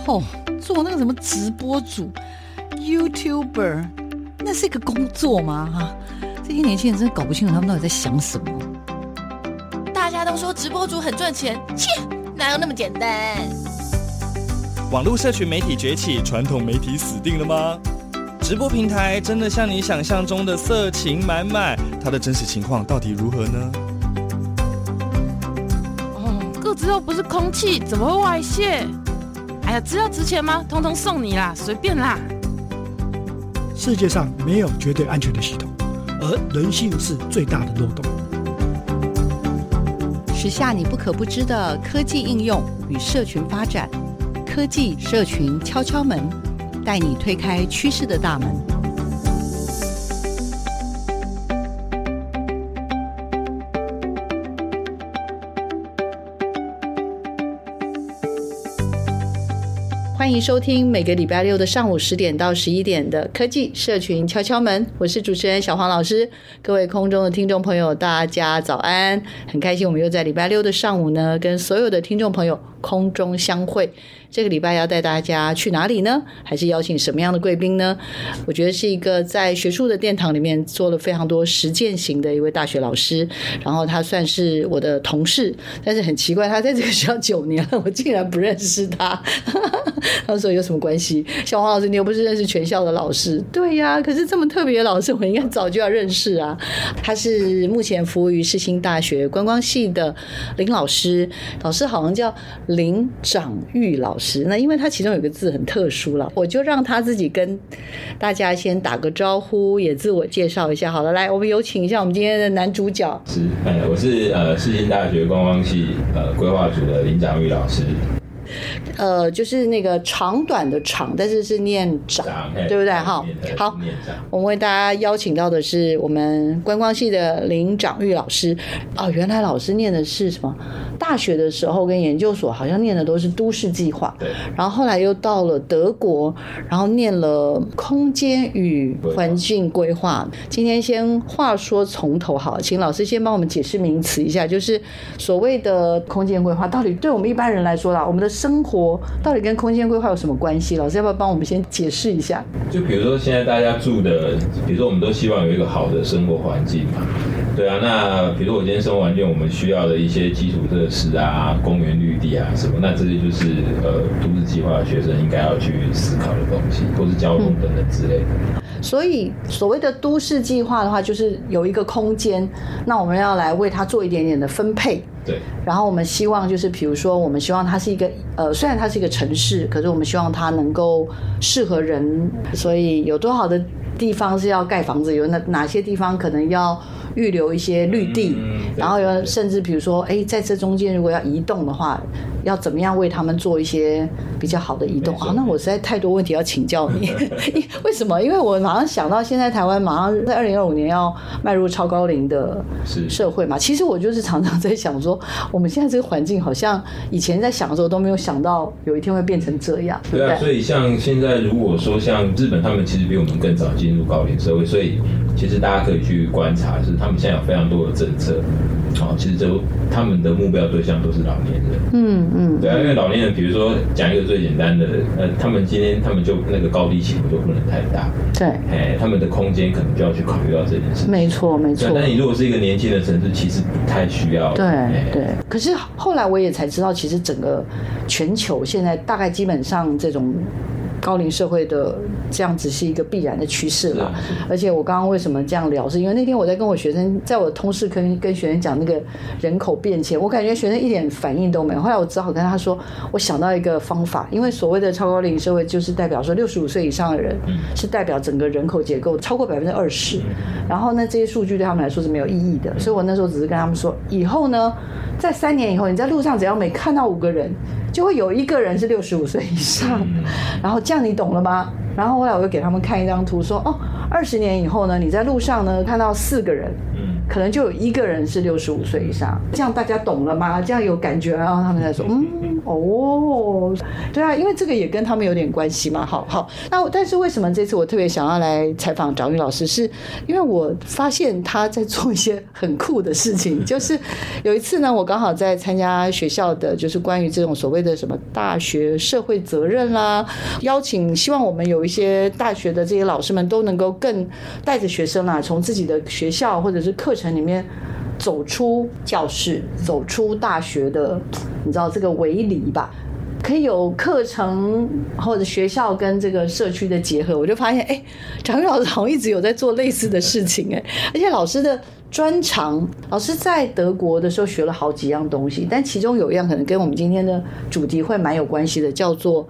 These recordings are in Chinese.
做那个什么直播主 YouTuber， 那是一个工作吗？这些年轻人真的搞不清楚他们到底在想什么。 大家都说直播主很赚钱，切，哪有那么简单？ 网络社群媒体崛起，传统媒体死定了吗？直播平台真的像你想象中的色情满满？它的真实情况到底如何呢？ 个子又不是空气，怎么会外泄？哎呀，资料值钱吗？通通送你啦，随便啦。 世界上没有绝对安全的系统，而人性是最大的漏洞。 时下你不可不知的科技应用与社群发展，科技社群敲敲门，带你推开趋势的大门。欢迎收听每个礼拜六的上午10点到11点的科技社群敲敲门，我是主持人小黄老师。各位空中的听众朋友，大家早安！很开心我们又在礼拜六的上午呢，跟所有的听众朋友空中相会。这个礼拜要带大家去哪里呢？还是邀请什么样的贵宾呢？我觉得是一个在学术的殿堂里面做了非常多实践型的一位大学老师，然后他算是我的同事，但是很奇怪，他在这个学校9年了，我竟然不认识他。他说有什么关系？小黄老师，你又不是认识全校的老师？对呀，可是这么特别的老师，我应该早就要认识啊。他是目前服务于世新大学观光系的林老师，老师好像叫林长玉老师。那因为他其中有个字很特殊了，我就让他自己跟大家先打个招呼，也自我介绍一下。好了，来，我们有请一下我们今天的男主角。 我是世新大学观光系规划组的林长玉老师。 就是那个长短的长，但是是念长，对不对？好，我们为大家邀请到的是我们观光系的林长玉老师。原来老师念的是什么？大学的时候跟研究所好像念的都是都市计划，然后后来又到了德国，然后念了空间与环境规划。今天先话说从头好，请老师先帮我们解释名词一下，就是所谓的空间规划到底对我们一般人来说啦，我们的生活到底跟空间规划有什么关系？老师要不要帮我们先解释一下？ 就比如说现在大家住的，比如说我们都希望有一个好的生活环境嘛，对啊。那比如说我今天生活环境，我们需要的一些基础设施啊、公园绿地啊什么，那这些就是都市计划的学生应该要去思考的东西，或是交通等等之类的。 所以所谓的都市计划的话，就是有一个空间，那我们要来为它做一点点的分配。 对， 然后我们希望就是比如说我们希望它是一个虽然它是一个城市，可是我们希望它能够适合人，所以有多少的地方是要盖房子，有哪些地方可能要预留一些绿地，然后甚至比如说在这中间如果要移动的话，要怎么样为他们做一些比较好的移动那我实在太多问题要请教你。为什么？因为我马上想到现在台湾马上在2025年要迈入超高龄的社会嘛，其实我就是常常在想说，我们现在这个环境好像以前在想的时候都没有想到有一天会变成这样。 对啊，所以像现在如果说像日本，他们其实比我们更早进入高龄社会，所以其实大家可以去观察，就是他们现在有非常多的政策，其实他们的目标对象都是老年人。对啊，因为老年人，比如说讲一个最简单的，他们今天他们就那个高低起伏就不能太大，对，他们的空间可能就要去考虑到这件事情。没错。但你如果是一个年轻的城市，其实不太需要。 对。可是后来我也才知道，其实整个全球现在大概基本上这种高龄社会的这样子是一个必然的趋势了。而且我刚刚为什么这样聊，是因为那天我在跟我学生，在我的通识跟学生讲那个人口变迁，我感觉学生一点反应都没有。后来我只好跟他说，我想到一个方法，因为所谓的超高龄社会就是代表说65岁以上的人是代表整个人口结构超过20%，然后呢这些数据对他们来说是没有意义的，所以我那时候只是跟他们说，以后呢在3年以后，你在路上只要每看到5个人，就会有1个人是65岁以上，然后这样你懂了吗？然后后来我就给他们看一张图说，20年以后呢，你在路上呢看到4个人， 可能就有1个人是65岁以上，这样大家懂了吗？这样有感觉，然后他们在说，哦，对啊，因为这个也跟他们有点关系嘛。好，那但是为什么这次我特别想要来采访长宇老师，是因为我发现他在做一些很酷的事情。就是有一次呢，我刚好在参加学校的，就是关于这种所谓的什么大学社会责任啦，邀请希望我们有一些大学的这些老师们都能够更带着学生啊，从自己的学校或者是课程里面走出教室，走出大学的，你知道这个围篱吧，可以有课程或者学校跟这个社区的结合。我就发现，长宇老师好像一直有在做类似的事情，而且老师的专长，老师在德国的时候学了好几样东西，但其中有一样可能跟我们今天的主题会蛮有关系的，叫做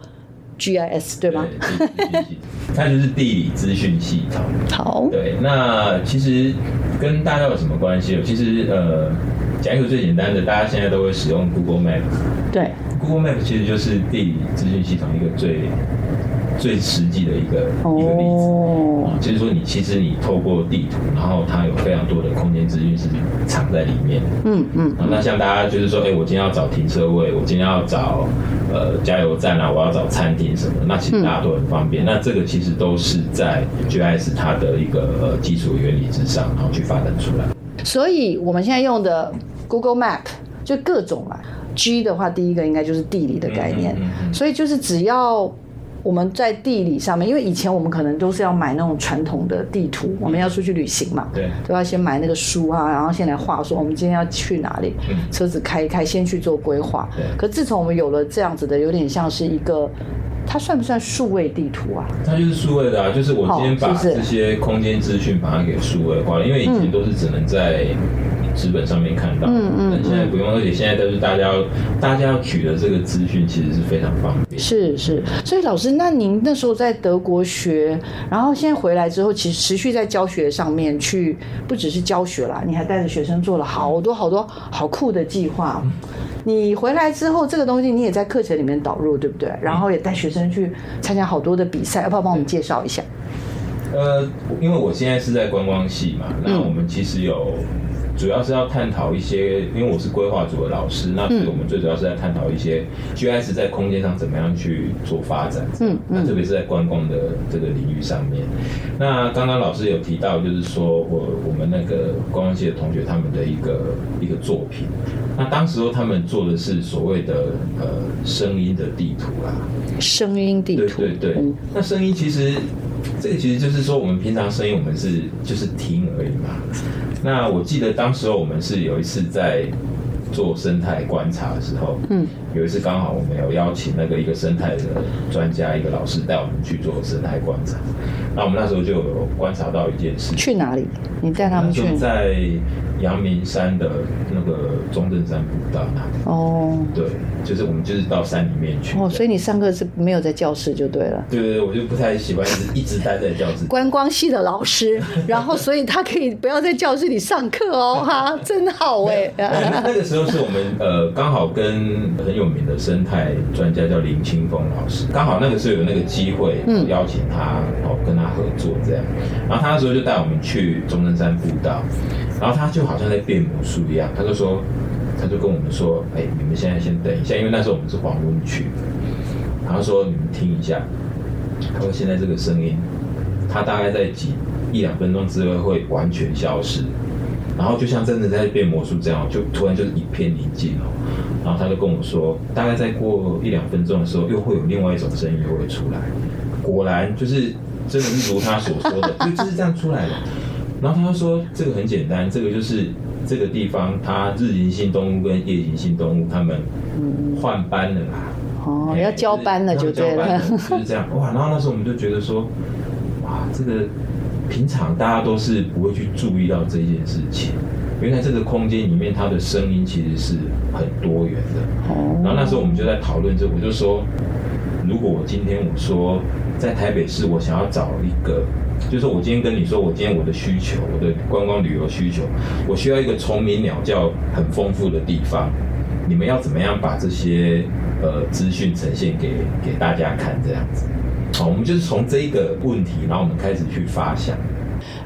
GIS， 对吗？ 它就是地理资讯系统。 好， 对，那其实跟大家有什么关系？其实讲一个最简单的，大家现在都会使用 Google Map。 对 ，Google Map 其实就是地理资讯系统一个最实际的一个例子。就是说其实你透过地图，然后它有非常多的空间资讯是藏在里面。那像大家就是说，我今天要找停车位，我今天要找加油站啊，我要找餐厅什么的，那其实大家都很方便。那这个其实都是在 GIS 它的一个基础原理之上，然后去发展出来。 所以我们现在用的 Google Map 就各种嘛。G 的话，第一个应该就是地理的概念，所以就是只要我们在地理上面，因为以前我们可能都是要买那种传统的地图，我们要出去旅行嘛，对，都要先买那个书啊，然后先来画说我们今天要去哪里，车子开一开，先去做规划。可自从我们有了这样子的，有点像是一个，它算不算数位地图啊？ 它就是数位的啊，就是我今天把这些空间资讯把它给数位化了，因为以前都是只能在纸本上面看到，但现在不用，而且现在都是大家要取得这个资讯，其实是非常方便。 是，所以老师，那您那时候在德国学，然后现在回来之后，其实持续在教学上面去，不只是教学啦，你还带着学生做了好多好酷的计划。你回来之后，这个东西你也在课程里面导入，对不对？然后也带学生去参加好多的比赛，要不要帮我们介绍一下？ 因为我现在是在观光系嘛，那我们其实主要是要探讨一些，因为我是规划组的老师，那所以我们最主要是在探讨一些 GIS 在空间上怎么样去做发展。那特别是在观光的这个领域上面。那刚刚老师有提到，就是说我们那个观光系的同学他们的一个作品。那当时候他们做的是所谓的声音的地图啦。 声音地图。对。 那声音其实这个其实就是说，我们平常声音我们就是听而已嘛。那我记得当时候我们是有一次在做生态观察的时候，有一次刚好我们有邀请一个生态的专家，一个老师带我们去做生态观察。那我们那时候就有观察到一件事。去哪里？你带他们去？ 在阳明山的那个中正山步道那里。对，就是我们就是到山里面去。 所以你上课是没有在教室就对了。 对，我就不太喜欢一直待在教室。 观光系的老师，然后所以他可以不要在教室里上课哈，真好哎。 那个时候是我们刚好跟很有名的生态专家叫林清峰老师，刚好那个时候有那个机会邀请他，跟他合作这样。然后他那时候就带我们去中正山步道，然后他就好像在变魔术一样，他就跟我们说，你们现在先等一下，因为那时候我们是黄昏去，然后说你们听一下，他说现在这个声音，它大概在一两分钟之内会完全消失，然后就像真的在变魔术这样，就突然就是一片宁静哦。然后他就跟我说，大概再过一两分钟的时候，又会有另外一种声音又会出来。果然就是真的是如他所说的，就是这样出来的。然后他就说，这个很简单，这个就是这个地方它日行性动物跟夜行性动物它们换班了啦。 要交班了就对了， 就是这样哇。然后那时候我们就觉得说，哇，这个平常大家都是不会去注意到这件事情，原来这个空间里面它的声音其实是很多元的。然后那时候我们就在讨论这，我就说，如果我今天我说在台北市，我想要找一个，就是我今天跟你说，我今天我的需求，我的观光旅游需求，我需要一个虫鸣鸟叫很丰富的地方，你们要怎么样把这些资讯呈现给大家看这样子？好，我们就是从这一个问题，然后我们开始去发想。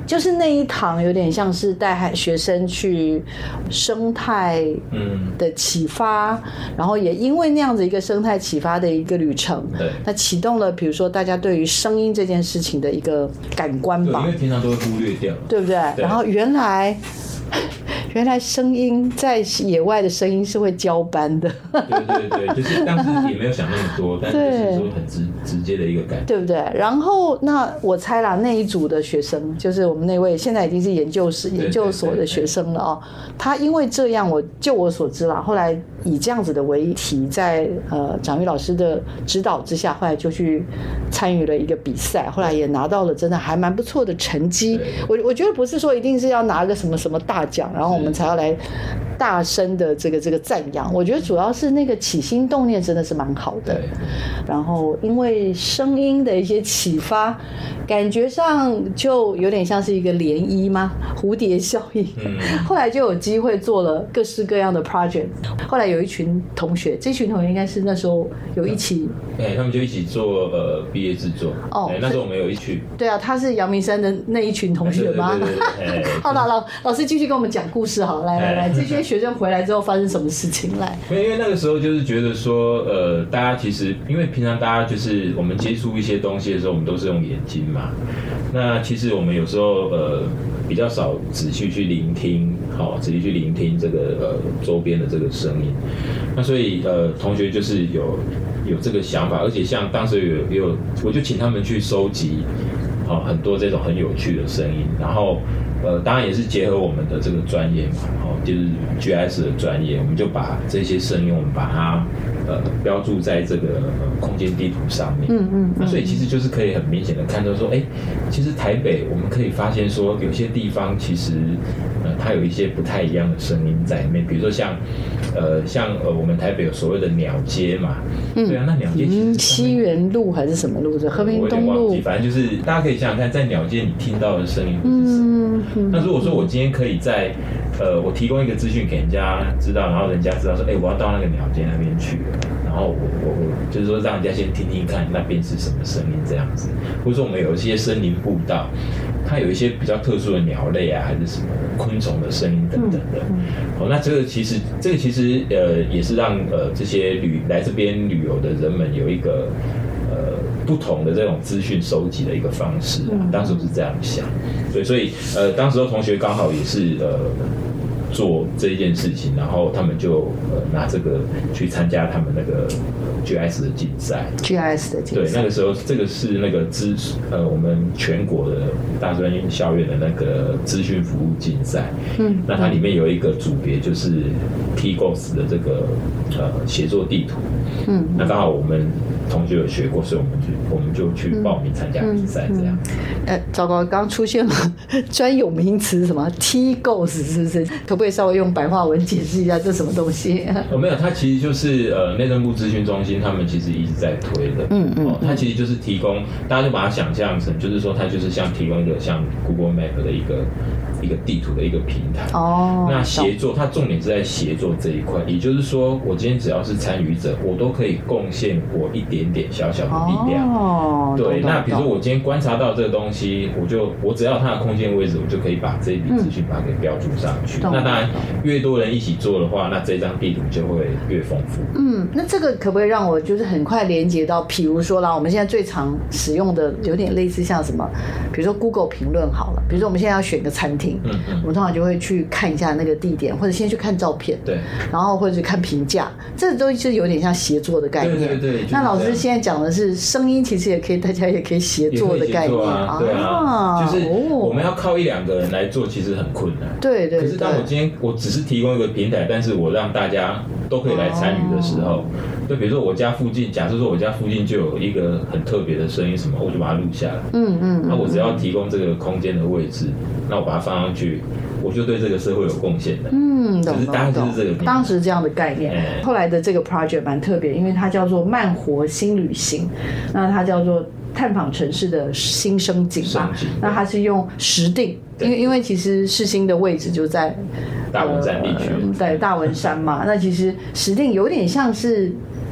就是那一堂有点像是带学生去生态的启发，然后也因为那样子一个生态启发的一个旅程， 对， 那启动了比如说大家对于声音这件事情的一个感官吧， 因为平常都会忽略掉， 对不对？然后原来声音在野外的声音是会交班的， 对，就是当时也没有想那么多，但是就是说很直接的一个感觉， 对不对？然后那我猜啦，那一组的学生就是我们那位现在已经是研究所的学生了哦，他因为这样，就我所知啦，后来以这样子的为题，在长玉老师的指导之下，后来就去参与了一个比赛，后来也拿到了真的还蛮不错的成绩。我觉得不是说一定是要拿个什么什么大奖，然后我们才要来大声的这个赞扬。我觉得主要是那个起心动念真的是蛮好的，然后因为声音的一些启发，感觉上就有点像是一个涟漪吗？蝴蝶效应。后来就有机会做了各式各样的 project。后来有一群同学，这群同学应该是那时候有一起， 他们就一起做毕业制作。那时候我们有一群。对啊，他是阳明山的那一群同学吗？ 对。 好了，老师继续跟我们讲故事好，来，这些学生回来之后发生什么事情来？ 因为那个时候就是觉得说，大家其实因为平常大家就是我们接触一些东西的时候，我们都是用眼睛嘛。那其实我们有时候比较少仔细去聆听，仔细去聆听这个周边的这个声音。那所以同学就是有这个想法，而且像当时有我就请他们去收集很多这种很有趣的声音，然后当然也是结合我们的这个专业嘛，就是 GIS 的专业，我们就把这些声音我们把它标注在这个空间地图上面。那所以其实就是可以很明显的看到说，其实台北我们可以发现说，有些地方其实它有一些不太一样的声音在里面，比如说像我们台北有所谓的鸟街嘛，对啊，那鸟街其实西园路还是什么路的，和平东路， 反正就是大家可以想想看，在鸟街你听到的声音会是什么？那如果说我今天可以在我提供一个资讯给人家知道，然后人家知道说，我要到那个鸟街那边去了，然后我就是说让人家先听听看那边是什么声音这样子，或者说我们有一些森林步道，它有一些比较特殊的鸟类啊，还是什么昆虫的声音等等的。那这个其实也是让这些来这边旅游的人们有一个不同的这种资讯收集的一个方式当时我是这样想，对，所以当时同学刚好也是做这一件事情，然后他们就拿这个去参加他们那个 GIS 的竞赛。 GIS 的竞赛。 对，那个时候这个是那个我们全国的大专校院的那个资讯服务竞赛。那它里面有一个组别就是 TGOS 的这个协作地图。那刚好我们同学有学过，所以我们就去报名参加比赛这样。 糟糕，刚出现了专有名词什么 TGOS 是不是？可不可以稍微用白话文解释一下这什么东西？ 没有，它其实就是内政部资讯中心他们其实一直在推的。它其实就是提供，大家就把它想象成，就是说它就是像提供一个像 Google Map 的一个地图的一个平台。那协作，它重点是在协作这一块，也就是说，我今天只要是参与者，我都可以贡献我一点点小小的力量。对，那比如说我今天观察到这个东西，我只要它的空间位置，我就可以把这一笔资讯把它给标注上去。那当然，越多人一起做的话，那这张地图就会越丰富。 那这个可不可以让我就是很快连接到，比如说啦，我们现在最常使用的有点类似像什么，比如说 Google 评论好了，比如说我们现在要选个餐厅，我们通常就会去看一下那个地点，或者先去看照片， 对， 然后或者是看评价，这都是有点像协作的概念。 对。 那老师现在讲的是声音，其实大家也可以协作的概念啊，对啊，就是我们要靠1-2个人来做，其实很困难。 对。 可是当我今天我只是提供一个平台，但是我让大家都可以来参与的时候，就比如说我家附近，假设说我家附近就有一个很特别的声音什么，我就把它录下来。那我只要提供这个空间的位置，那我把它放上去，我就对这个社会有贡献的。就是大概就是这个。 当时这样的概念，后来的这个 project 蛮特别，因为它叫做慢活新旅行，那它叫做探访城市的新声景嘛。那它是用石碇，因为其实世新的位置就在大文山地区， 在大文山嘛。那其实石碇有点像是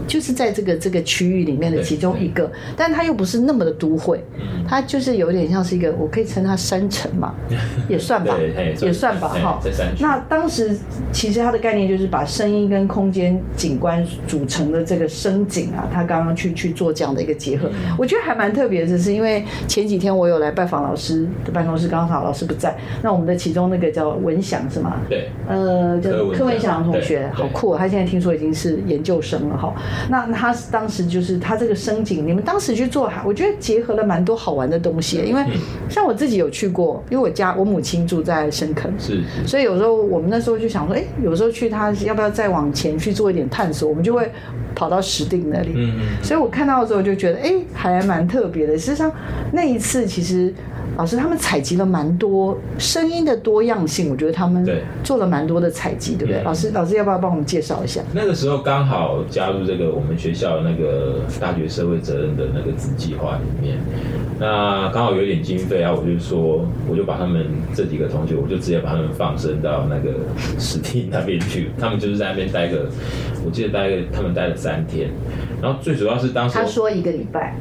就是在这个区域里面的其中一个，但它又不是那么的都会，它就是有点像是一个，我可以称它山城嘛，也算吧，也算吧，哈。那当时其实它的概念就是把声音跟空间景观组成的这个声景啊，他刚刚去做这样的一个结合，我觉得还蛮特别的，是因为前几天我有来拜访老师的办公室，刚好老师不在，那我们的其中那个叫文祥是吗？ 对， 叫柯文祥同学，好酷，他现在听说已经是研究生了哈。那他当时就是他这个声景，你们当时去做，我觉得结合了蛮多好玩的东西，因为像我自己有去过，因为我母亲住在深坑，是，所以有时候我们那时候就想说，有时候去他要不要再往前去做一点探索，我们就会跑到石碇那里，所以我看到的时候就觉得，还蛮特别的。事实上，那一次其实老师他们采集了蛮多声音的多样性，我觉得他们做了蛮多的采集，对不对？老师要不要帮我们介绍一下？ 那个时候刚好加入这个我们学校那个大学社会责任的那个子计划里面，那刚好有点经费啊，我就把他们这几个同学，我就直接把他们放生到那个石碇那边去，他们就是在那边我记得他们待了3天，然后最主要是当时他说1个礼拜。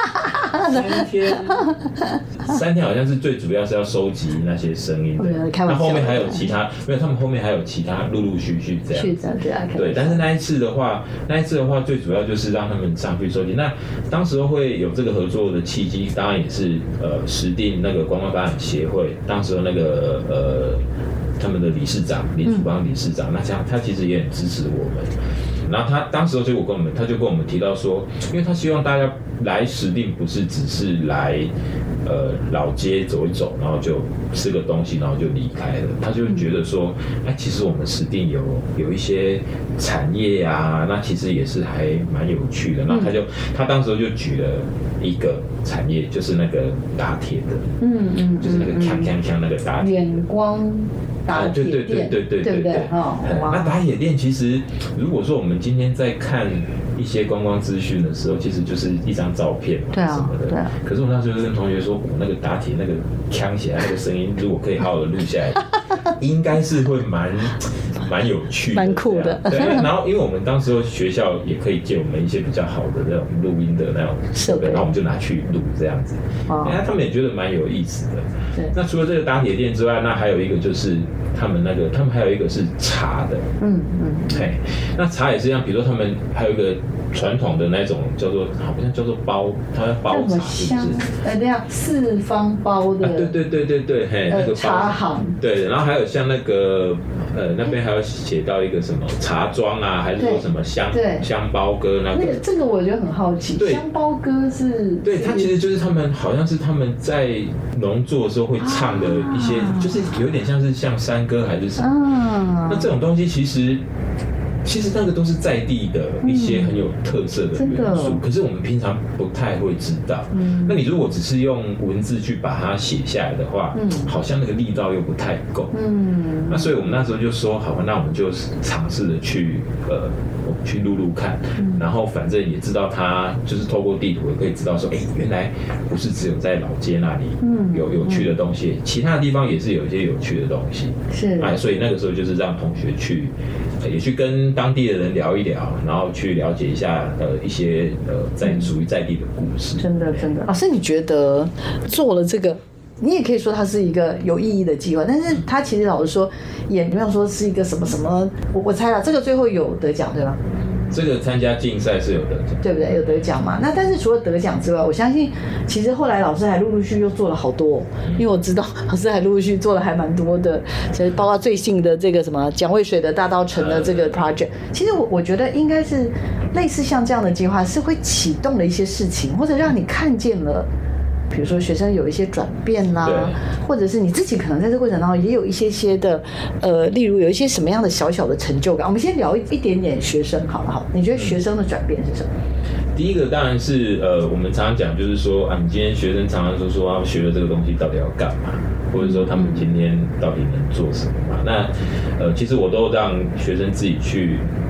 3天好像是最主要是要收集那些声音的，那后面还有其他，没有，他们后面还有其他陆陆续续这样。对，但是那一次的话最主要就是让他们上去收集。那当时会有这个合作的契机，当然也是石碇那个观光发展协会，当时那个他们的理事长李楚邦理事长，那他其实也很支持我们。然后他当时他就跟我们提到说，因为他希望大家来石碇不是只是来老街走一走，然后就吃个东西，然后就离开了。他就觉得说，其实我们石碇有一些产业啊，那其实也是还蛮有趣的。那他当时就举了一个产业，就是那个打铁的，就是那个锵锵锵那个打铁， 远光打铁店，对不对？ 那打铁店其实，如果说我们今天在看一些观光资讯的时候，其实就是一张照片嘛，什么的。可是我那时候就跟同学说，我那个打铁那个锵起来那个声音，如果可以好好的录下来，应该是会蛮有趣的， 蛮酷的。 对，然后因为我们当时学校也可以借我们一些比较好的那种录音的那种设备，然后我们就拿去录这样子。他们也觉得蛮有意思的。那除了这个打铁店之外，那还有一个就是他们还有一个是茶的。那茶也是一样，比如说他们还有一个传统的那种好像叫做包，它叫包茶，是不是？ 等一下，4方包的。 对，那个茶行。 对，然后还有像那个那边还有写到一个什么茶庄啊，还是说什么香包歌那个？这个我觉得很好奇。香包歌是？ 对，它其实就是好像是他们在农作的时候会唱的一些，就是有点像是像山歌还是什么。那这种东西其实那个都是在地的一些很有特色的元素，可是我们平常不太会知道。那你如果只是用文字去把它写下来的话，好像那个力道又不太够。那所以我们那时候就说，好吧，那我们就尝试的去录看，然后反正也知道它就是透过地图也可以知道说，原来不是只有在老街那里有趣的东西，其他的地方也是有一些有趣的东西。所以那个时候就是让同学也去跟当地的人聊一聊，然后去了解一下一些属于在地的故事。 真的，老师，你觉得做了这个，你也可以说它是一个有意义的计划，但是它其实老实说也没有说是一个什么，我猜了，这个最后有得奖对吧？ 这个参加竞赛是有得奖， 对不对？有得奖嘛？那但是除了得奖之外，我相信其实后来老师还陆续又做了好多，因为我知道老师还陆续做了还蛮多的，所以包括最新的这个什么蒋渭水的大稻埕的这个 project， 其实我觉得应该是类似像这样的计划是会启动了一些事情，或者让你看见了。比如说学生有一些转变啦，或者是你自己可能在这个过程当中也有一些的例如有一些什么样的小小的成就感。我们先聊一点点学生好了，你觉得学生的转变是什么？ 第一个当然是我们常常讲就是说你今天学生常常说他们学了这个东西到底要干嘛，或者说他们今天到底能做什么嘛？那其实我都让学生自己去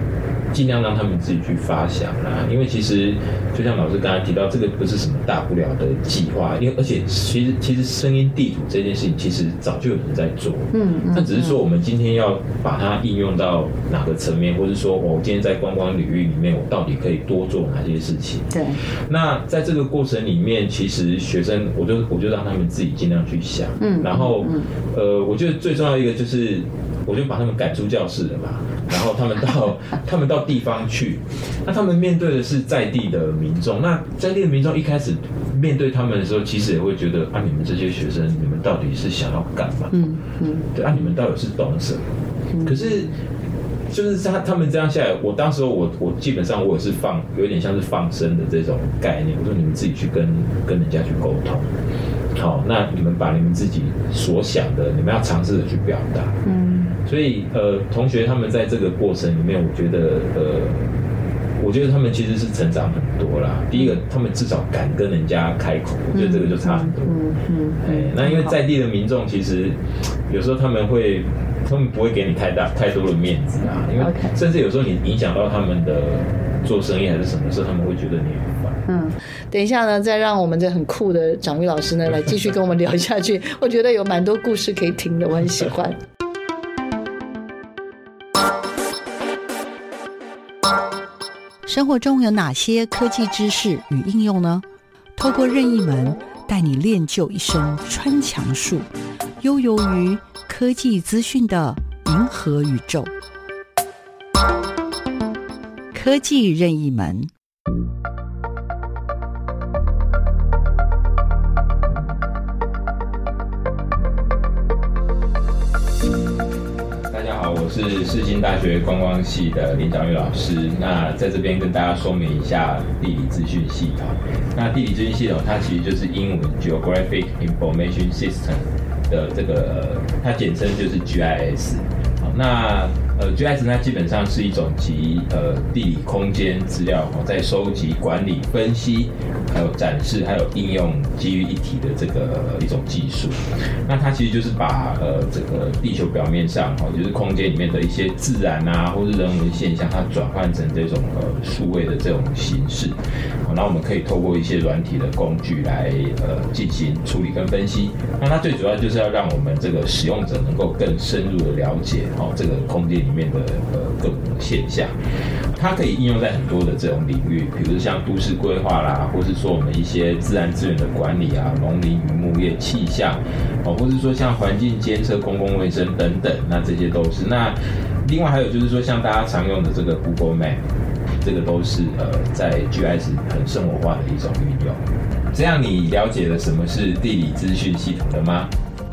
尽量让他们自己去发想啦。因为其实就像老师刚才提到，这个不是什么大不了的计划，而且其实声音地图这件事情其实早就有人在做，那只是说我们今天要把它应用到哪个层面，或是说我今天在观光领域里面，我到底可以多做哪些事情？ 对。那在这个过程里面，其实学生我就让他们自己尽量去想，然后我觉得最重要的一个就是，我就把他们赶出教室了嘛，然后他们到地方去，那他们面对的是在地的民众，那在地的民众一开始面对他们的时候，其实也会觉得啊，你们这些学生，你们到底是想要干嘛？对啊，你们到底是懂什么？可是就是他们这样下来，我当时我基本上我也是有点像是放生的这种概念，我说你们自己去跟人家去沟通。好，那你们把你们自己所想的，你们要尝试的去表达。所以同学他们在这个过程里面，我觉得他们其实是成长很多啦。第一个，他们至少敢跟人家开口，我觉得这个就差很多。那因为在地的民众，其实有时候他们不会给你太多的面子啊，因为甚至有时候你影响到他们的做生意还是什么时候，他们会觉得你很烦。 等一下呢，再让我们这很酷的长玉老师呢来继续跟我们聊下去。我觉得有蛮多故事可以听的，我很喜欢。生活中有哪些科技知识与应用呢？透过任意门带你练就一身穿墙术，悠游于科技资讯的银河宇宙。科技任意门。 我是世新大学观光系的林长玉老师。那在这边跟大家说明一下地理资讯系统。那地理资讯系统它其实就是英文 Geographic Information System 的这个，它简称就是 GIS。那GIS 它基本上是一种集地理空间资料在收集、管理、分析，还有展示，还有应用基于一体的这个一种技术。那它其实就是把这个地球表面上就是空间里面的一些自然啊，或是人文现象，它转换成这种数位的这种形式。然后我们可以透过一些软体的工具来进行处理跟分析。那它最主要就是要让我们这个使用者能够更深入的了解这个空间里面的各种现象。它可以应用在很多的这种领域，比如像都市规划啦，或是说我们一些自然资源的管理啊，农林渔牧业、气象，或是说像环境监测、公共卫生等等，那这些都是。那另外还有就是说，像大家常用的这个 Google Map， 这个都是在 GIS 很生活化的一种运用。这样你了解了什么是地理资讯系统了吗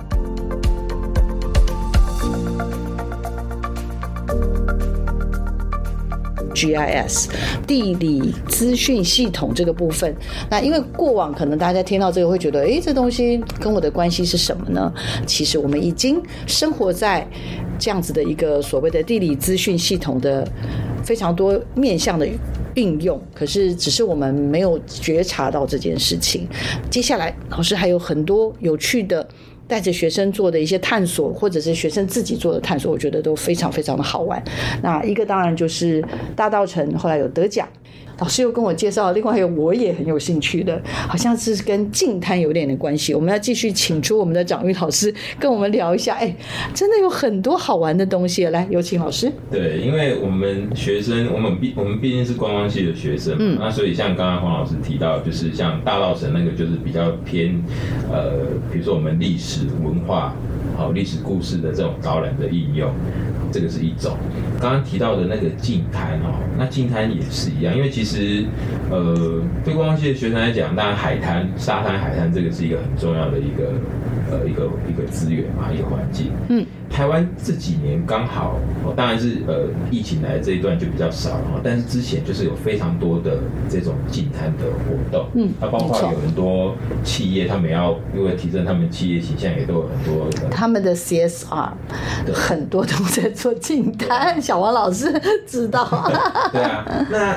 ？GIS 地理资讯系统这个部分，那因为过往可能大家听到这个会觉得，这东西跟我的关系是什么呢？其实我们已经生活在这样子的一个所谓的地理资讯系统的非常多面向的运用，可是只是我们没有觉察到这件事情。接下来老师还有很多有趣的带着学生做的一些探索，或者是学生自己做的探索，我觉得都非常非常的好玩。那一个当然就是大稻埕后来有得奖，老师又跟我介绍，另外还有我也很有兴趣的，好像是跟净滩有点的关系。我们要继续请出我们的长玉老师跟我们聊一下，真的有很多好玩的东西。来，有请老师。 对，因为我们学生，我们毕竟是观光系的学生嘛，那所以像刚刚黄老师提到，就是像大稻埕那个就是比较偏比如说我们历史文化历史故事的这种导览的应用，这个是一种。刚刚提到的那个净滩那净滩也是一样，因为其实对观光系的学生来讲，当然海滩、沙滩、海滩这个是一个很重要的一个资源嘛，一个环境。台湾这几年刚好当然是疫情来的这一段就比较少了，但是之前就是有非常多的这种净滩的活动。那包括有很多企业，他们要因为提升他们企业形象，也都有很多他们的 CSR 很多都在做净滩。小王老师知道。 对啊，那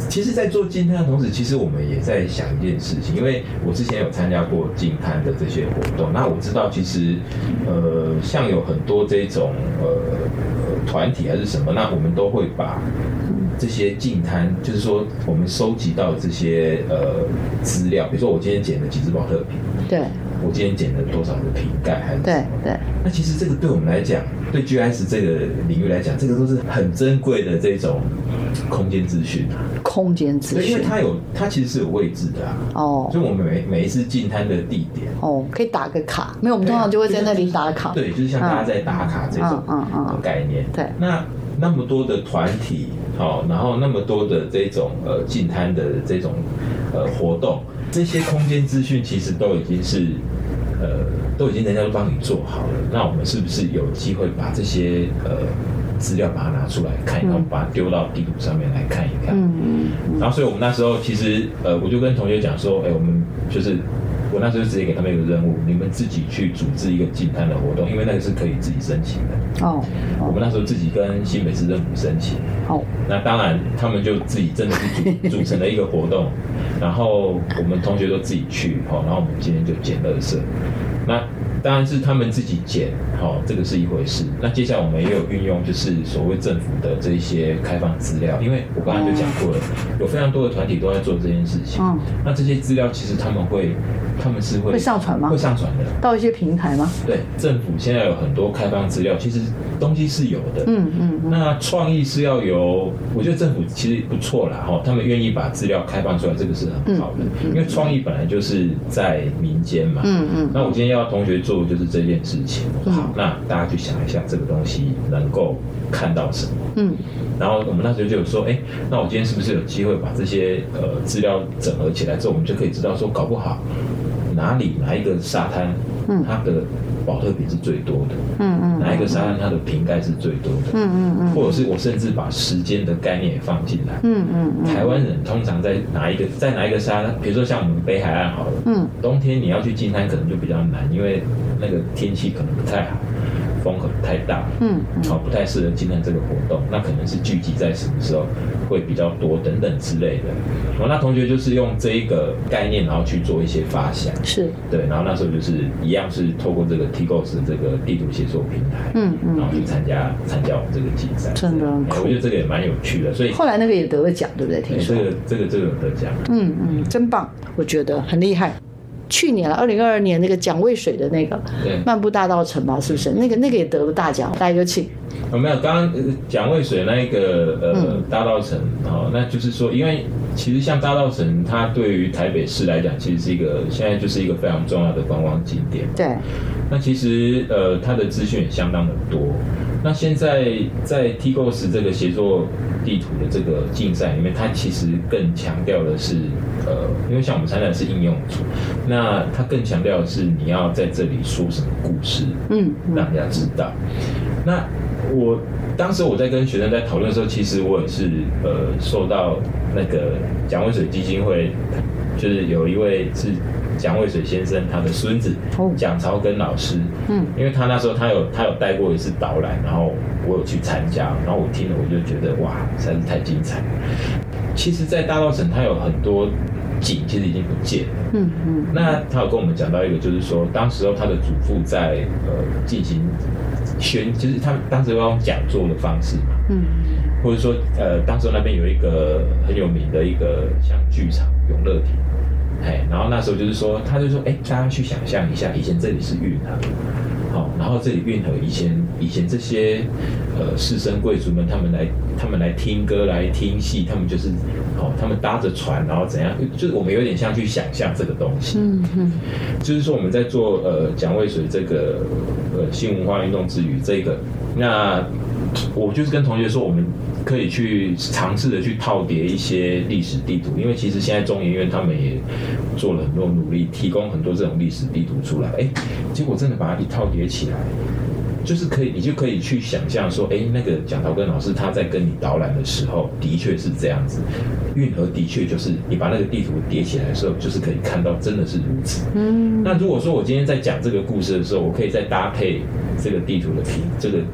其实，在做净滩的同时，其实我们也在想一件事情，因为我之前有参加过净滩的这些活动，那我知道其实像有很多这种团体还是什么，那我们都会把这些净滩，就是说我们收集到的这些资料，比如说我今天捡了几只保特瓶， 对， 我今天捡了多少的瓶盖还是什么， 对， 那其实这个对我们来讲，对 GIS 这个领域来讲，这个都是很珍贵的这种空间资讯啊。 空间资讯， 因为它其实是有位置的啊。 哦， 所以我们每一次净滩的地点， 哦，可以打个卡，没有，我们通常就会在那里打卡。 对，就是像大家在打卡这种概念。 对， 那么多的团体，然后那么多的这种净滩的这种活动，这些空间资讯其实都已经是都已经人家都帮你做好了。那我们是不是有机会把这些资料把它拿出来看，然后把它丢到地图上面来看一看？然后所以我们那时候其实我就跟同学讲说，我们就是我那时候直接给他们一个任务，你们自己去组织一个净滩的活动，因为那个是可以自己申请的。我们那时候自己跟新北市政府申请。那当然他们就自己真的是组成了一个活动，然后我们同学都自己去，然后我们今天就捡垃圾。那当然是他们自己捡，这个是一回事。那接下来我们也有运用，就是所谓政府的这些开放资料，因为我刚才就讲过了，有非常多的团体都在做这件事情。那这些资料其实他们是会上传吗？ 会上传的， 到一些平台吗？ 对，政府现在有很多开放资料，其实东西是有的。那创意是要由，我觉得政府其实不错啦，他们愿意把资料开放出来，这个是很好的。因为创意本来就是在民间嘛。那我今天要同学做的就是这件事情。好，那大家去想一下这个东西能够看到什么。然后我们那时候就有说，那我今天是不是有机会把这些资料整合起来之后，我们就可以知道说，搞不好哪一个沙滩，它的保特瓶是最多的，哪一个沙滩它的瓶盖是最多的，或者是我甚至把时间的概念也放进来，台湾人通常在哪一个沙滩，比如说像我们北海岸好了，冬天你要去净滩可能就比较难，因为那个天气可能不太好。风可能太大，不太适合净滩这个活动，那可能是聚集在什么时候会比较多等等之类的。那同学就是用这一个概念，然后去做一些发想， 是对， 然后那时候就是一样是透过这个 TGOS 这个地图协作平台，然后去参加我们这个竞赛， 真的很酷， 我觉得这个也蛮有趣的，所以后来那个也得了奖，对不对？听说这个有得奖， 真棒，我觉得很厉害。去年了，2022年那个蒋渭水的那个漫步大稻埕吧，是不是？那个也得了大奖，来有请。 没有，刚刚蒋渭水那一个大稻埕，那就是说，因为其实像大稻埕，它对于台北市来讲，其实是现在就是一个非常重要的观光景点。 对。 那其实它的资讯也相当的多。那现在在 TGOS 这个协作地图的这个竞赛里面，它其实更强调的是，因为像我们参加的是应用组，那它更强调的是你要在这里说什么故事，让人家知道。那当时我在跟学生在讨论的时候，其实我也是受到那个蒋渭水基金会，就是有一位是蒋渭水先生他的孙子蒋朝根老师，因为他那时候他有带过一次导览，然后我有去参加，然后我听了我就觉得哇，实在是太精彩了。其实，在大稻埕它有很多景其实已经不见了，那他有跟我们讲到一个，就是说当时候他的祖父在进行就是他当时要用讲座的方式嘛，或者说当时那边有一个很有名的一个像剧场永乐亭。然后那时候就是说，他就说，大家去想象一下，以前这里是运河，然后这里运河以前这些士绅贵族们，他们来听歌来听戏，他们就是他们搭着船，然后怎样，就是我们有点像去想象这个东西，就是说我们在做蒋渭水这个新文化运动之余，这个那我就是跟同学说，我们可以去尝试的去套叠一些历史地图，因为其实现在中研院他们也做了很多努力，提供很多这种历史地图出来，结果真的把它一套叠起来，就是你就可以去想象说，那个蒋朝根老师他在跟你导览的时候，的确是这样子，运河的确就是你把那个地图叠起来的时候，就是可以看到真的是如此。那如果说我今天在讲这个故事的时候，我可以再搭配这个地图的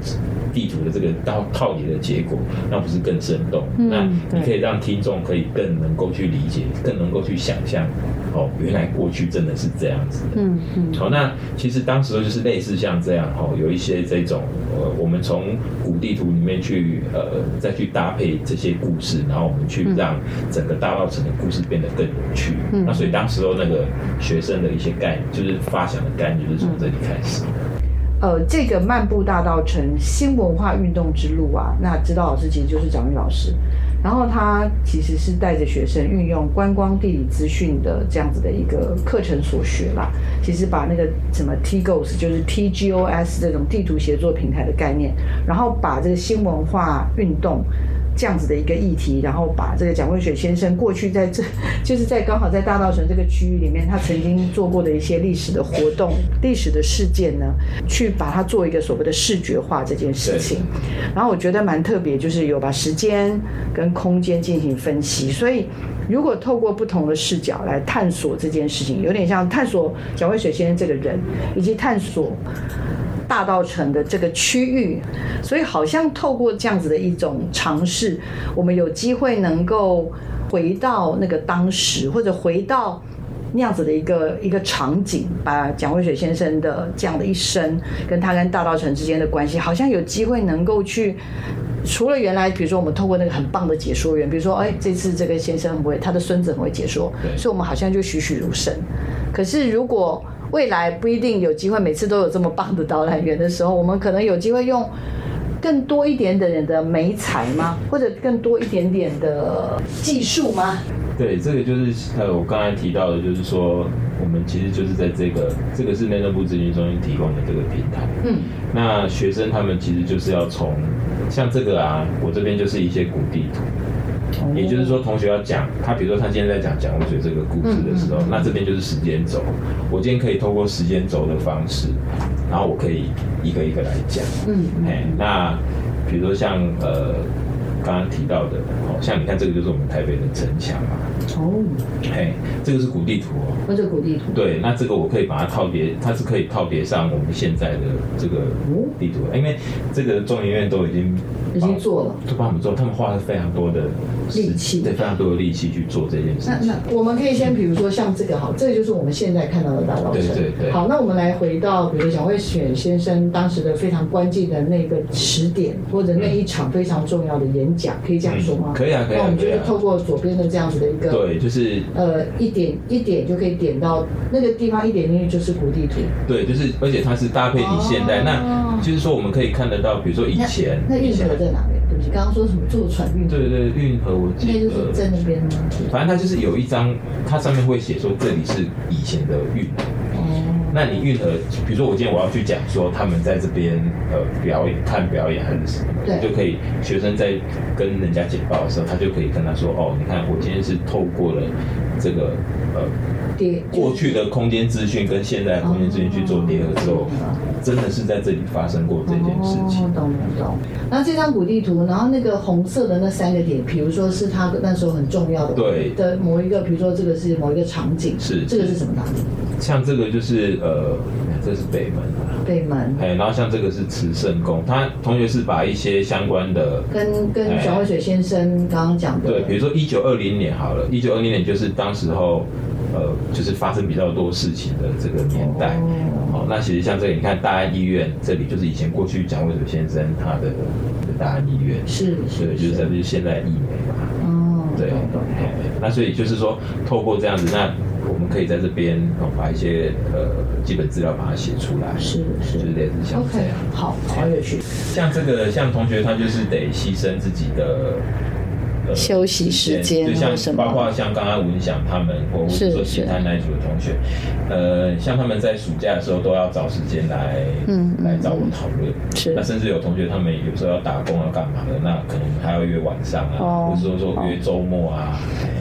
地图的这个套叠的结果，那不是更生动？那你可以让听众可以更能够去理解，更能够去想象，原来过去真的是这样子的。好，那其实当时就是类似像这样，有一些这种我们从古地图里面去再去搭配这些故事，然后我们去让整个大稻埕的故事变得更有趣。那所以当时那个学生的一些概念，就是发想的概念，就是从这里开始。 这个漫步大稻埕新文化运动之路啊，那指导老师其实就是蒋玉老师，然后他其实是带着学生运用观光地理资讯的这样子的一个课程所学啦，其实把那个什么 TGOS 就是 TGOS 这种地图协作平台的概念，然后把这个新文化运动这样子的一个议题，然后把这个蒋渭水先生过去在就是在刚好在大稻埕这个区域里面，他曾经做过的一些历史的活动、历史的事件呢，去把它做一个所谓的视觉化这件事情。然后我觉得蛮特别，就是有把时间跟空间进行分析，所以如果透过不同的视角来探索这件事情，有点像探索蒋渭水先生这个人，以及探索大稻埕的这个区域，所以好像透过这样子的一种尝试，我们有机会能够回到那个当时，或者回到那样子的一个场景，把蒋渭水先生的这样的一生，跟他跟大稻埕之间的关系，好像有机会能够去。除了原来，比如说我们透过那个很棒的解说员，比如说，这次这个先生很会，他的孙子很会解说，所以我们好像就栩栩如生。可是如果未来不一定有机会每次都有这么棒的导览员的时候，我们可能有机会用更多一点点的媒材吗？或者更多一点点的技术吗？ 对，这个就是我刚才提到的，就是说我们其实就是在这个是内政部资讯中心提供的这个平台。那学生他们其实就是要从像这个啊，我这边就是一些古地图。也就是说，同学要讲他，比如说他今天在讲蒋渭水这个故事的时候，那这边就是时间轴。我今天可以透过时间轴的方式，然后我可以一个一个来讲。那比如说像刚刚提到的，像你看这个就是我们台北的城墙嘛。这个是古地图哦。 这个古地图。对， 那这个我可以把它套叠，它是可以套叠上我们现在的这个地图，因为这个中研院都已经做了， 都帮我们做，他们花了非常多的力气， 对，非常多的力气去做这件事情。 那我们可以先比如说像这个好，这个就是我们现在看到的大稻埕。 对。 好，那我们来回到比如蒋渭水先生当时的非常关键的那个时点，或者那一场非常重要的演讲，可以这样说吗？ 可以啊。 那我们就是透过左边的这样子的一个， 对，就是一点就可以点到那个地方，一点进去就是古地图。 对，就是而且它是搭配你现代，那就是说我们可以看得到，比如说以前那运河在哪里？对不起，刚刚说什么坐船运河？ 对，运河我记得。 那就是在那边吗？ 反正它就是有一张，它上面会写说这里是以前的运河。那你运河，比如说我今天我要去讲说他们在这边看表演还是什么，我就可以学生在跟人家简报的时候，他就可以跟他说你看我今天是透过了这个过去的空间资讯跟现在的空间资讯去做叠合之后，真的是在这里发生过这件事情。 懂。然后这张古地图，然后那个红色的那3个点，比如说是他那时候很重要的的某一个，比如说这个是某一个场景，这个是什么场景？ 像这个就是这是北门啊。 北门。 然后像这个是慈圣宫，他同学是把一些相关的跟蒋渭水先生刚刚讲的， 对，比如说1920年好了，1920年就是当时候就是发生比较多事情的这个年代。那其实像这个，你看大安医院这里就是以前过去蒋渭水先生他的大安医院，对，就是这就是现在医美嘛。对。那所以就是说，透过这样子，那我们可以在这边把一些基本资料把它写出来，就是类似像这样。 好有趣。 像这个，像同学他就是得牺牲自己的休息时间， 就像包括像刚刚文祥他们，或者说其他那一组的同学，像他们在暑假的时候都要找时间来找我讨论。那甚至有同学他们有时候要打工要干嘛的，那可能还要约晚上啊，或者说约周末啊。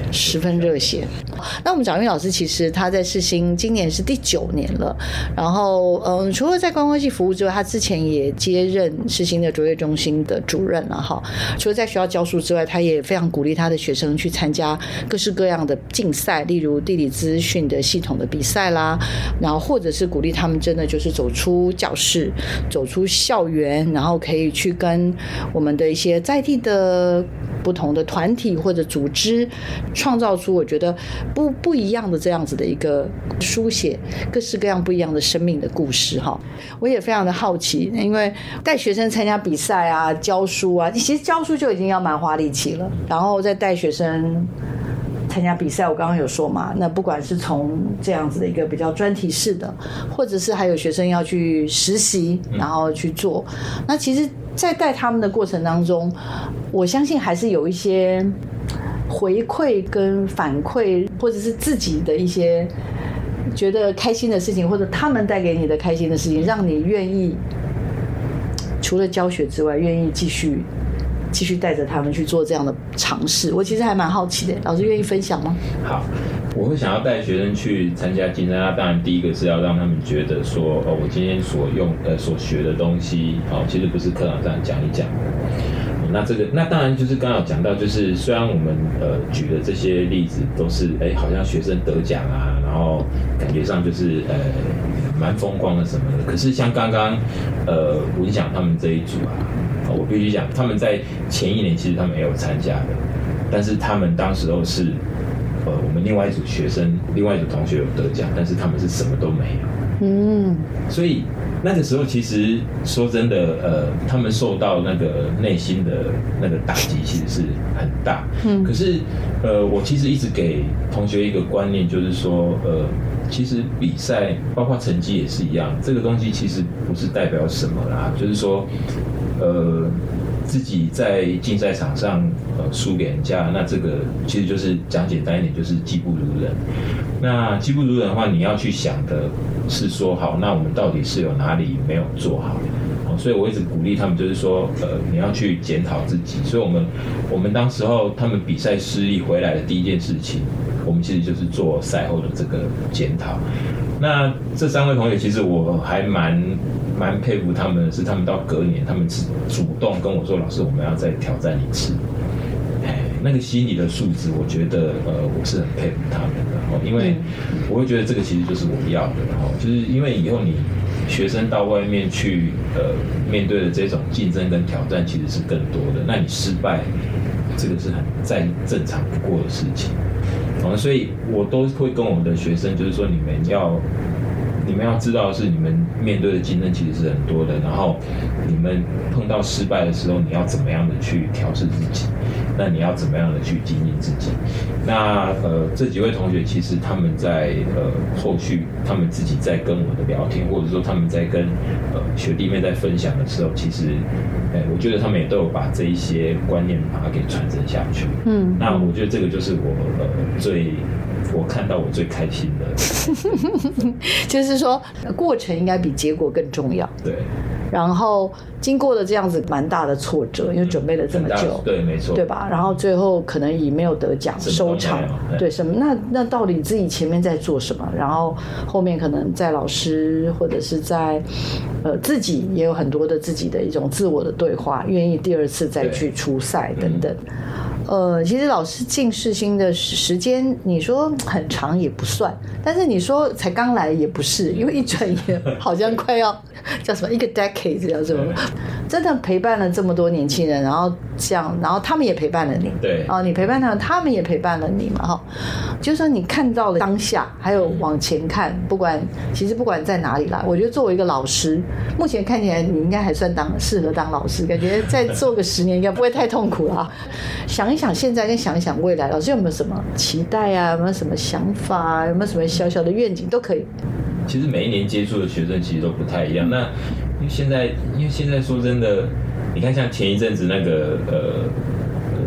十分热血。那我们蒋玉老师其实他在世新今年是第9年了，然后除了在观光系服务之外，他之前也接任世新的卓越中心的主任了哈。除了在学校教书之外，他也非常鼓励他的学生去参加各式各样的竞赛，例如地理资讯的系统的比赛啦，然后或者是鼓励他们真的就是走出教室，走出校园，然后可以去跟我们的一些在地的不同的团体或者组织，创造出我觉得不一样的这样子的一个书写各式各样不一样的生命的故事哈。我也非常的好奇，因为带学生参加比赛啊，教书啊，其实教书就已经要蛮花力气了，然后再带学生参加比赛，我刚刚有说嘛，那不管是从这样子的一个比较专题式的，或者是还有学生要去实习，然后去做，那其实在带他们的过程当中，我相信还是有一些回馈跟反馈，或者是自己的一些觉得开心的事情，或者他们带给你的开心的事情，让你愿意除了教学之外，愿意继续带着他们去做这样的尝试。我其实还蛮好奇的，老师愿意分享吗？ 好，我会想要带学生去参加竞赛，那当然第一个是要让他们觉得说，我今天所学的东西，其实不是课堂上讲一讲。那当然就是刚刚有讲到，就是虽然我们举的这些例子都是好像学生得奖啊，然后感觉上就是蛮风光的什么的，可是像刚刚文祥他们这一组啊，我必须讲，他们在前1年其实他们也有参加的，但是他们当时候是我们另外一组学生，另外一组同学有得奖，但是他们是什么都没有。所以那个时候其实说真的，他们受到那个内心的那个打击其实是很大。可是我其实一直给同学一个观念，就是说其实比赛包括成绩也是一样，这个东西其实不是代表什么啦，就是说自己在竞赛场上输给人家，那这个其实就是讲简单一点，就是技不如人。那技不如人的话，你要去想的是说，好，那我们到底是有哪里没有做好？所以我一直鼓励他们，就是说，你要去检讨自己。所以我们当时候他们比赛失利回来的第一件事情，我们其实就是做赛后的这个检讨。那这3位同学，其实我还蛮佩服他们的是，他们到隔年，他们主动跟我说，老师，我们要再挑战一次。那个心理的素质，我觉得我是很佩服他们的，因为我会觉得这个其实就是我要的，就是因为以后你学生到外面去面对的这种竞争跟挑战其实是更多的，那你失败，这个是很再正常不过的事情，所以我都会跟我们的学生就是说，你们要知道的是，你们面对的竞争其实是很多的，然后你们碰到失败的时候，你要怎么样的去调试自己，那你要怎么样的去精进自己。那这几位同学其实他们在后续他们自己在跟我的聊天，或者说他们在跟学弟妹在分享的时候，其实我觉得他们也都有把这一些观念把它给传承下去。那我觉得这个就是我看到我最开心的， 就是说过程应该比结果更重要。 对。 然后经过了这样子蛮大的挫折，因为准备了这么久， 对，没错， 对吧？然后最后可能以没有得奖收场，对什么？那到底自己前面在做什么？然后后面可能在老师或者是在自己也有很多的自己的一种自我的对话，愿意第2次再去出赛等等。其实老师进世新的时间，你说很长也不算，但是你说才刚来也不是，因为一转眼好像快要叫什么一个 decade 叫什么，真的陪伴了这么多年轻人，然后这样，然后他们也陪伴了你， 对， 你陪伴他们，他们也陪伴了你嘛，哈，就是说你看到了当下，还有往前看，其实不管在哪里啦，我觉得作为一个老师，目前看起来你应该还算适合当老师，感觉再做个10年应该不会太痛苦啦。想一想现在跟想一想未来，老师有没有什么期待啊？有没有什么想法啊？有没有什么小小的愿景都可以。 其实每一年接触的学生其实都不太一样。那因为现在说真的，你看像前一阵子那个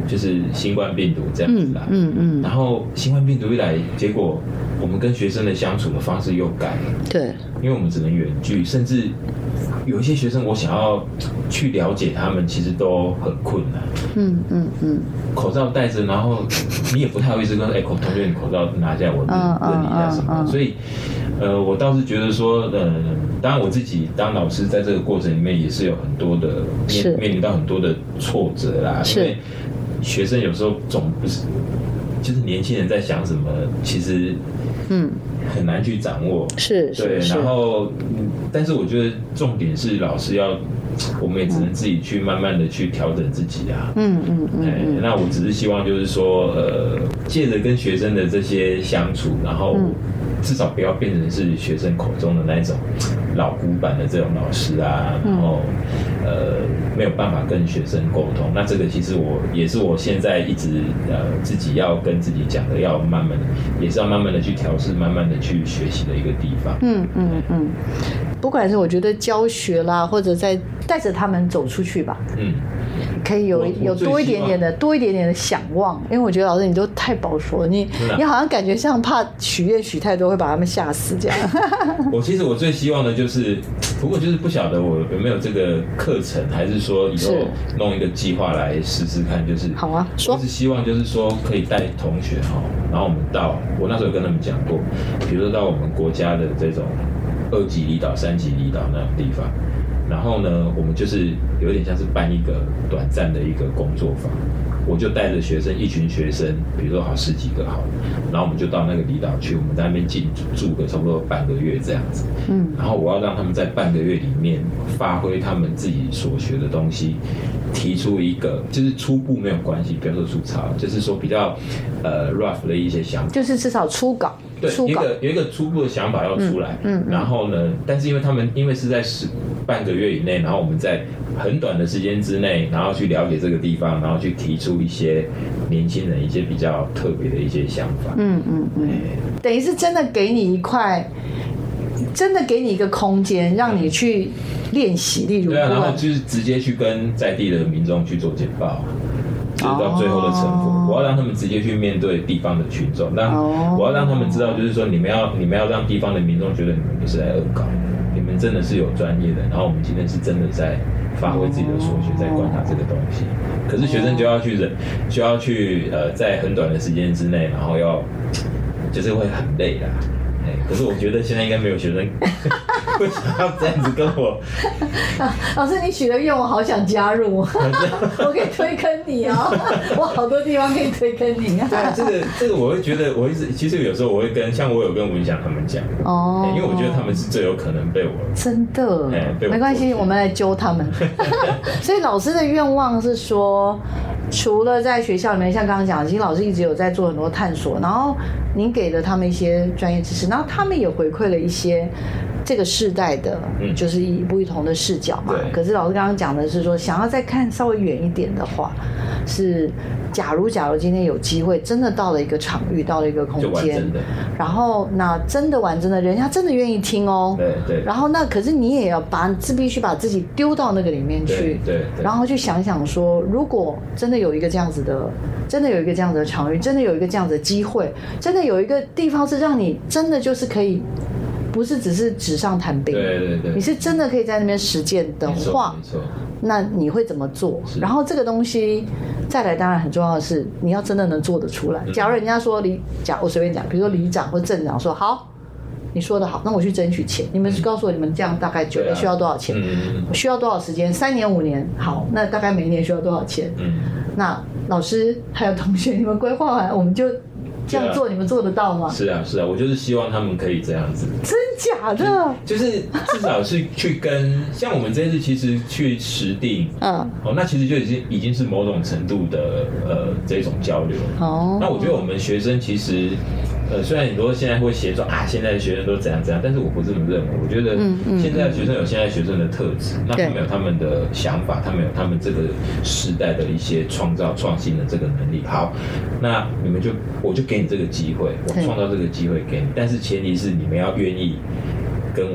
就是新冠病毒这样子啦。然后新冠病毒一来，结果我们跟学生的相处的方式又改了。 对， 因为我们只能远距，甚至有一些学生，我想要去了解他们，其实都很困难。口罩戴着，然后你也不太好意思跟同学你口罩拿下来，我问你一下什么。所以，我倒是觉得说，当然我自己当老师，在这个过程里面也是有很多的面临到很多的挫折啦，因为学生有时候总不是，就是年轻人在想什么，其实很难去掌握。对，然后但是我觉得重点是老师要。我们也只能自己去慢慢的去调整自己啊。那我只是希望就是说，借着跟学生的这些相处，然后至少不要变成是学生口中的那种老古板的这种老师啊，然后没有办法跟学生沟通。那这个其实也是我现在一直自己要跟自己讲的，要慢慢的，也是要慢慢的去调试，慢慢的去学习的一个地方。 不管是我觉得教学啦，或者在带着他们走出去吧，可以有多一点点的想望，因为我觉得老师你都太保守了，你好像感觉像怕许愿许太多会把他们吓死这样。 其实我最希望的就是，不过就是不晓得我有没有这个课程，还是说以后弄一个计划来试试看，就是好啊， 我是希望就是说可以带同学然后我们我那时候有跟他们讲过，比如说到我们国家的这种2级离岛、3级离岛那种地方。然后呢，我们就是有点像是办一个短暂的一个工作坊，我就带着学生，一群学生，比如说10几个好，然后我们就到那个离岛去，我们在那边住个差不多半个月这样子。然后我要让他们在半个月里面发挥他们自己所学的东西，提出一个就是初步没有关系，不要说粗糙，就是说比较rough 的一些想法， 就是至少初稿。 对，有一个初步的想法要出来，然后呢，但是因为是在半个月以内，然后我们在很短的时间之内，然后去了解这个地方，然后去提出一些年轻人一些比较特别的一些想法。 等于是真的给你一块，真的给你一个空间，让你去练习，例如然后就是直接去跟在地的民众去做简报。就是到最后的成果，我要让他们直接去面对地方的群众，我要让他们知道，就是说你们要让地方的民众觉得你们不是来恶搞，你们真的是有专业的，然后我们今天是真的在发挥自己的所学，在观察这个东西。可是学生就要去在很短的时间之内，然后就是会很累啦。可是我觉得现在应该没有学生会想要这样子跟我。 老师，你许的愿我好想加入，我可以推坑你啊！我好多地方可以推坑你啊。 对，这个我会觉得，其实有时候我会像我有跟文祥他们讲因为我觉得他们是最有可能被我真的没关系，我们来揪他们。所以老师的愿望是说，除了在学校里面，像刚刚讲，其实老师一直有在做很多探索，然后您给了他们一些专业知识，然后他们也回馈了一些这个世代的，就是不同的视角嘛。可是老师刚刚讲的是说，想要再看稍微远一点的话，是假如今天有机会，真的到了一个场域，到了一个空间，然后那真的玩真的，人家真的愿意听哦。 对。 然后那可是你也要必须把自己丢到那个里面去， 对。 然后去想想说，如果真的有一个这样子的场域，真的有一个这样子的机会，真的有一个地方是让你真的就是可以。不是只是纸上谈兵， 对， 你是真的可以在那边实践的话， 没错， 那你会怎么做？然后这个东西再来，当然很重要的是你要真的能做得出来。假如人家说我随便讲，比如说里长或镇长说好，你说的好，那我去争取钱，你们告诉我你们这样大概需要多少钱，需要多少时间，3年5年，好，那大概每年需要多少钱？那老师还有同学，你们规划完我们就。这样做你们做得到吗？ 是啊，我就是希望他们可以这样子。 真假的？ 就是至少是去跟像我们这次其实去实地，那其实就已经是某种程度的这种交流。那我觉得我们学生其实。虽然很多现在会写说现在的学生都怎样，但是我不这么认为。我觉得现在的学生有现在学生的特质，那他们有他们的想法，他们有他们这个时代的一些创新的这个能力。好，那我就给你这个机会，我创造这个机会给你，但是前提是你们要愿意跟我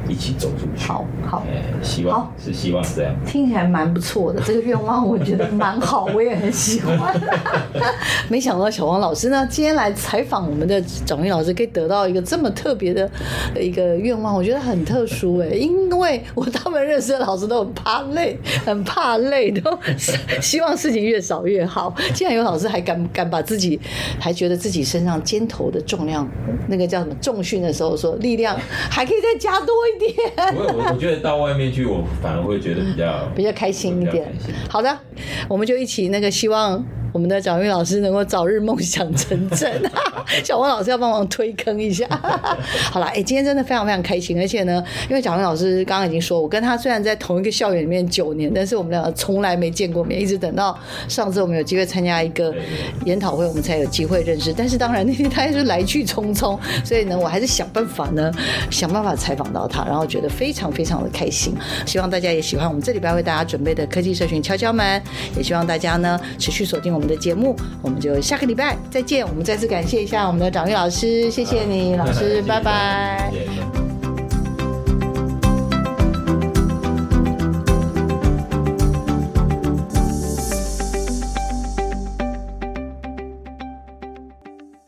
一起走出去。 好， 希望是希望这样， 听起来蛮不错的，这个愿望我觉得蛮好，我也很喜欢。没想到小黄老师呢，今天来采访我们的长云老师，可以得到一个这么特别的一个愿望，我觉得很特殊哎，因为他们认识的老师都很怕累，都希望事情越少越好。竟然有老师还敢把自己，还觉得自己身上肩头的重量，那个叫什么重训的时候说力量还可以再加多一点。 我觉得到外面去，我反而会觉得比较开心一点。 好的，我们就一起希望我们的长云老师能够早日梦想成真。小王老师要帮忙推坑一下。好了，今天真的非常非常开心，而且呢，因为长云老师刚刚已经说，我跟他虽然在同一个校园里面9年，但是我们两个从来没见过面，一直等到上次我们有机会参加一个研讨会，我们才有机会认识。但是当然那天他也是来去匆匆，所以呢，我还是想办法采访到他，然后觉得非常非常的开心。希望大家也喜欢我们这礼拜为大家准备的科技社群敲敲门，也希望大家呢持续锁定我们的节目，我们就下个礼拜再见。我们再次感谢一下我们的长云老师，谢谢你，老师，拜拜。